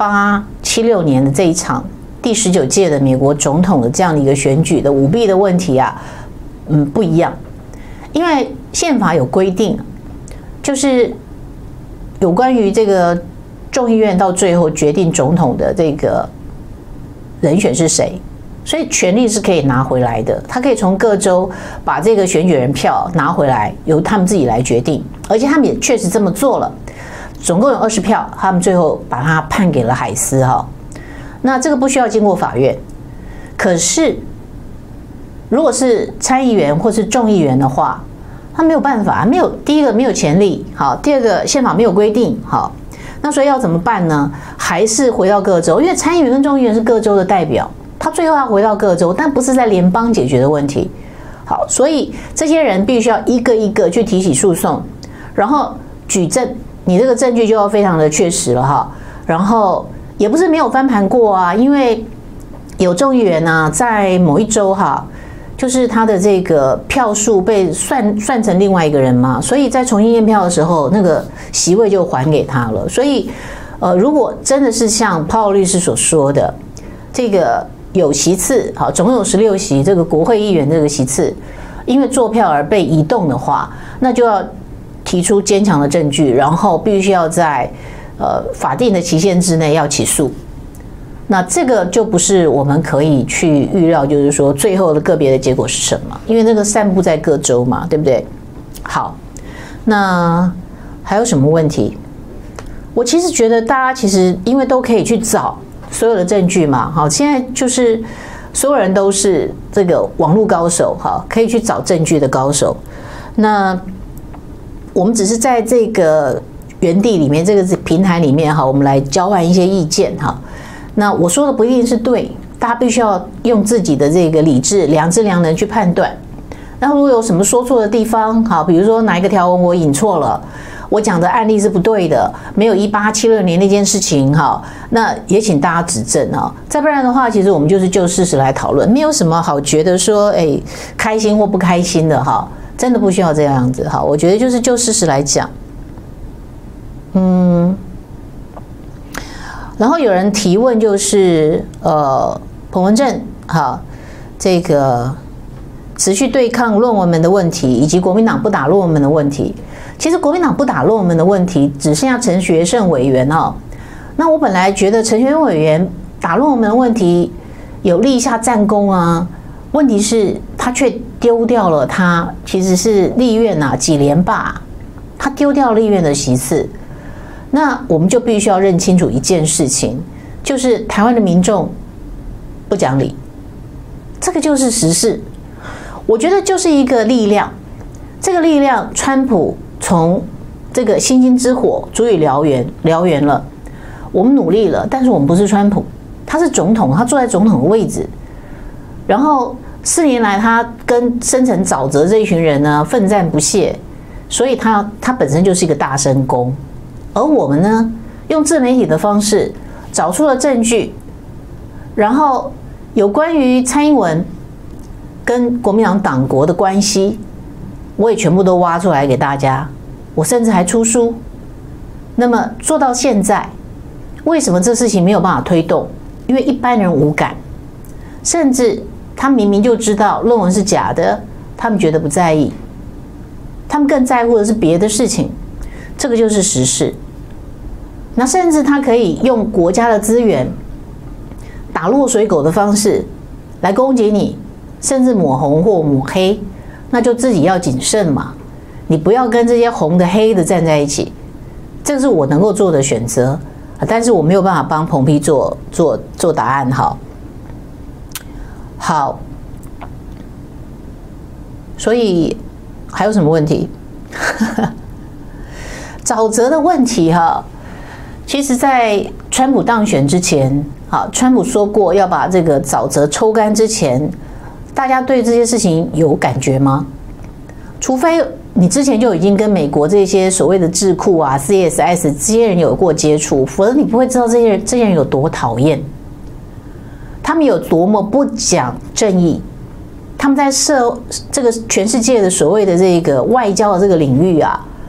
1876年的这一场第19届的美国总统的这样的一个选举的舞弊的问题不一样，因为宪法有规定，就是有关于这个众议院到最后决定总统的这个人选是谁，所以权力是可以拿回来的，他可以从各州把这个选举人票拿回来，由他们自己来决定，而且他们也确实这么做了，总共有20票，他们最后把它判给了海斯那这个不需要经过法院，可是如果是参议员或是众议员的话，他没有办法，第一个没有潜力，第二个宪法没有规定，那所以要怎么办呢？还是回到各州，因为参议员跟众议员是各州的代表，他最后要回到各州，但不是在联邦解决的问题。好，所以这些人必须要一个一个去提起诉讼，然后举证，你这个证据就要非常的确实了然后也不是没有翻盘过因为有众议员在某一州就是他的这个票数被算成另外一个人嘛，所以在重新验票的时候，那个席位就还给他了。所以，如果真的是像泡律师所说的，这个有席次，总共有16席，这个国会议员这个席次，因为做票而被移动的话，那就要提出坚强的证据，然后必须要在法定的期限之内要起诉。那这个就不是我们可以去预料，就是说最后的个别的结果是什么，因为那个散布在各州嘛，对不对？好，那还有什么问题？我其实觉得大家其实因为都可以去找所有的证据嘛，好，现在就是所有人都是这个网络高手，可以去找证据的高手。那我们只是在这个园地里面，这个平台里面我们来交换一些意见那我说的不一定是对，大家必须要用自己的这个理智、良知、良能去判断。 那如果有什么说错的地方，好，比如说哪一个条文我引错了，我讲的案例是不对的，没有1876年那件事情，哈，那也请大家指正啊。再不然的话，其实我们就是就事实来讨论，没有什么好觉得说，开心或不开心的哈，真的不需要这样子哈。我觉得就是就事实来讲，然后有人提问就是彭文正哈，这个持续对抗论文门的问题，以及国民党不打论文门的问题。其实国民党不打论文门的问题，只剩下陈学圣委员哦。那我本来觉得陈学圣委员打论文门的问题有立下战功啊，问题是他却丢掉了他其实是立院几连霸，他丢掉立院的席次。那我们就必须要认清楚一件事情，就是台湾的民众不讲理，这个就是时事。我觉得就是一个力量，这个力量，川普从这个星星之火足以燎原了。我们努力了，但是我们不是川普，他是总统，他坐在总统的位置。然后4年来，他跟深层沼泽这一群人呢奋战不懈，所以他本身就是一个大声公。而我们呢，用自媒体的方式找出了证据，然后有关于蔡英文跟国民党党国的关系，我也全部都挖出来给大家。我甚至还出书。那么做到现在，为什么这事情没有办法推动？因为一般人无感，甚至他明明就知道论文是假的，他们觉得不在意，他们更在乎的是别的事情。这个就是时事。那甚至他可以用国家的资源打落水狗的方式来攻击你，甚至抹红或抹黑，那就自己要谨慎嘛。你不要跟这些红的黑的站在一起，这个是我能够做的选择，但是我没有办法帮彭批做答案。好，所以还有什么问题？沼泽的问题哈，其实在川普当选之前，川普说过要把这个沼泽抽干之前，大家对这些事情有感觉吗？除非你之前就已经跟美国这些所谓的智库CSS 这些人有过接触，否则你不会知道这些人有多讨厌，他们有多么不讲正义，他们在这个全世界的所谓的这个外交的这个领域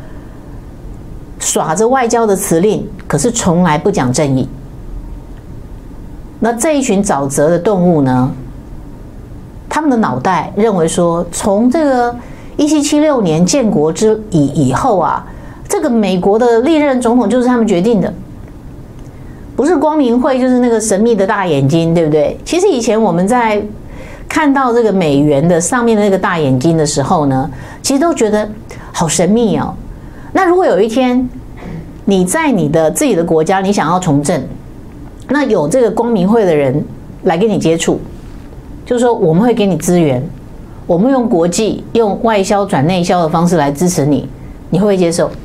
耍着外交的辞令，可是从来不讲正义。那这一群沼泽的动物呢，他们的脑袋认为说，从这个1776年建国以后这个美国的历任总统就是他们决定的，不是光明会就是那个神秘的大眼睛，对不对？其实以前我们在看到这个美元的上面的那个大眼睛的时候呢，其实都觉得好神秘哦。那如果有一天你在你的自己的国家，你想要从政，那有这个光明会的人来跟你接触，就是说我们会给你资源，我们用国际用外销转内销的方式来支持你，你会不会接受？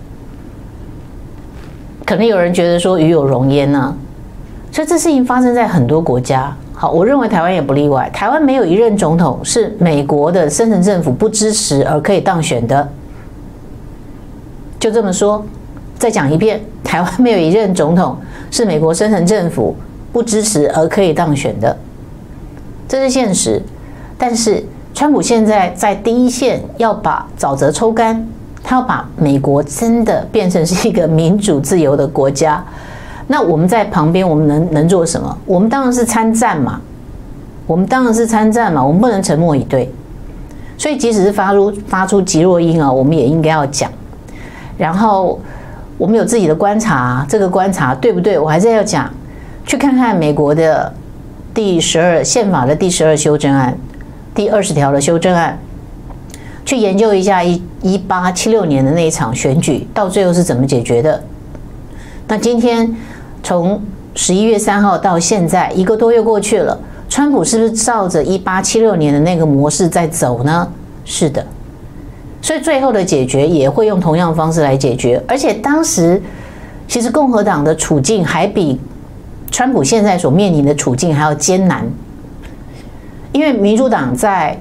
可能有人觉得说与有荣焉所以这事情发生在很多国家。好，我认为台湾也不例外。台湾没有一任总统是美国的深层政府不支持而可以当选的。就这么说，再讲一遍，台湾没有一任总统是美国深层政府不支持而可以当选的，这是现实。但是川普现在在第一线要把沼泽抽干，他要把美国真的变成是一个民主自由的国家。那我们在旁边，我们能做什么？我们当然是参战嘛，我们们不能沉默以对。所以即使是发出极弱音我们也应该要讲。然后我们有自己的观察，这个观察对不对？我还是要讲，去看看美国的宪法的第12修正案，第20条的修正案，去研究一下1876年的那一场选举到最后是怎么解决的。那今天从11月3号到现在1个多月过去了，川普是不是照着1876年的那个模式在走呢？是的。所以最后的解决也会用同样的方式来解决，而且当时其实共和党的处境还比川普现在所面临的处境还要艰难，因为民主党在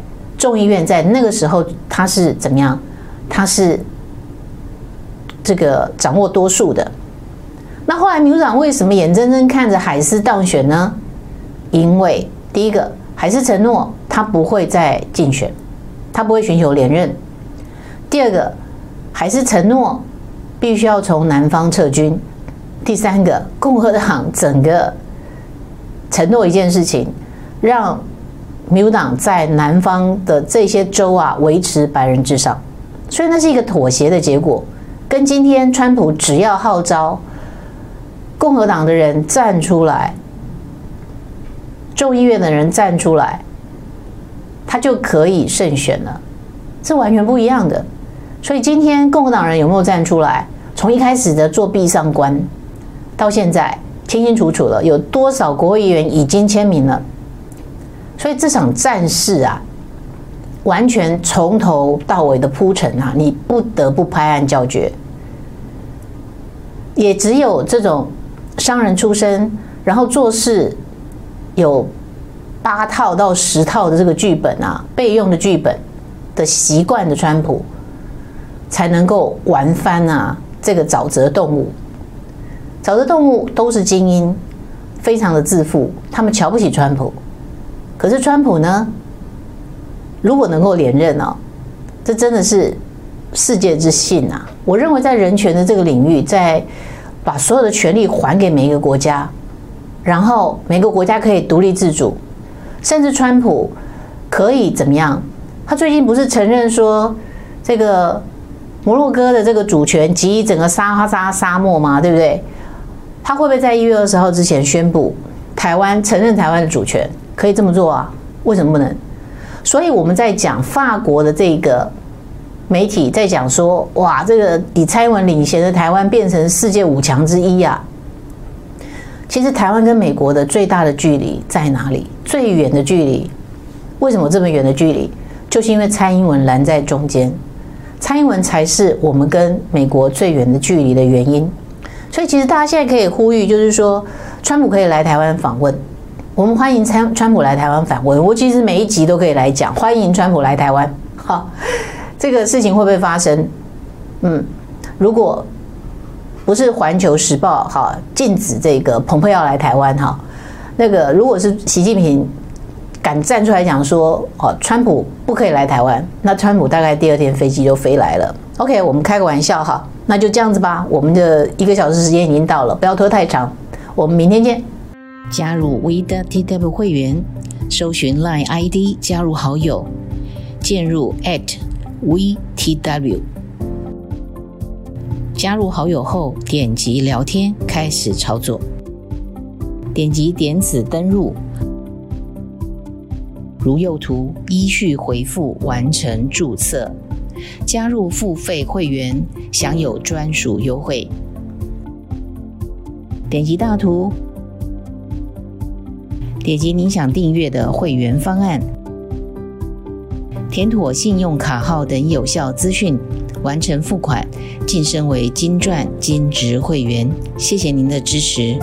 众议院在那个时候它是怎么样？它是这个掌握多数的。那后来民主党为什么眼睁睁看着海斯当选呢？因为第一个，海斯承诺他不会再竞选，他不会寻求连任；第二个，海斯承诺必须要从南方撤军；第三个，共和党整个承诺一件事情，让民主党在南方的这些州啊维持白人至上，所以那是一个妥协的结果。跟今天川普只要号召共和党的人站出来，众议院的人站出来，他就可以胜选了，是完全不一样的。所以今天共和党人有没有站出来？从一开始的作壁上观，到现在清清楚楚了，有多少国会议员已经签名了？所以这场战事啊，完全从头到尾的铺陈啊，你不得不拍案叫绝。也只有这种商人出身，然后做事有8套到10套的这个剧本啊，备用的剧本的习惯的川普，才能够玩翻啊这个沼泽动物。沼泽动物都是精英，非常的自负，他们瞧不起川普。可是川普呢，如果能够连任哦，这真的是世界之幸啊！我认为在人权的这个领域，在把所有的权利还给每一个国家，然后每个国家可以独立自主，甚至川普可以怎么样？他最近不是承认说这个摩洛哥的这个主权及整个撒哈拉沙漠吗？对不对？他会不会在1月20号之前宣布台湾承认台湾的主权？可以这么做啊？为什么不能？所以我们在讲法国的这个媒体在讲说，哇，这个以蔡英文领衔的台湾变成世界5强之一啊。其实台湾跟美国的最大的距离在哪里？最远的距离，为什么这么远的距离？就是因为蔡英文拦在中间，蔡英文才是我们跟美国最远的距离的原因。所以其实大家现在可以呼吁，就是说川普可以来台湾访问，我们欢迎川普来台湾访问。我其实每一集都可以来讲，欢迎川普来台湾。好，这个事情会不会发生？如果不是《环球时报》哈禁止这个蓬佩奥来台湾哈，那个如果是习近平敢站出来讲说川普不可以来台湾，那川普大概第2天飞机就飞来了。OK， 我们开个玩笑哈，那就这样子吧。我们的1个小时时间已经到了，不要拖太长，我们明天见。 加入 WeTW 会员，搜寻 LINE ID 加入好友，键入 @WeTW。加入好友后，点击聊天，开始操作。点击点此登入，如右图依序回复完成注册。加入付费会员，享有专属优惠。点击大图，点击您想订阅的会员方案，填妥信用卡号等有效资讯，完成付款，晋升为金钻金质会员。谢谢您的支持。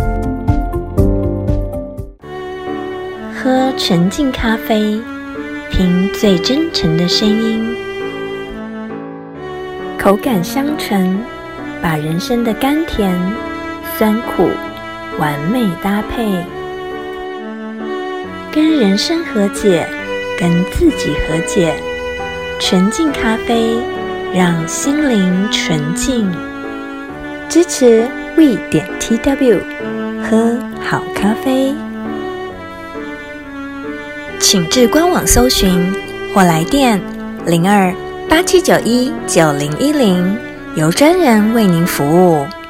喝沉浸咖啡，听最真诚的声音，口感香醇，把人生的甘甜、酸苦完美搭配，跟人生和解，跟自己和解。沉浸咖啡，让心灵纯净。支持 We.tw， 喝好咖啡。请至官网搜寻或来电02-8791-9010，由专人为您服务。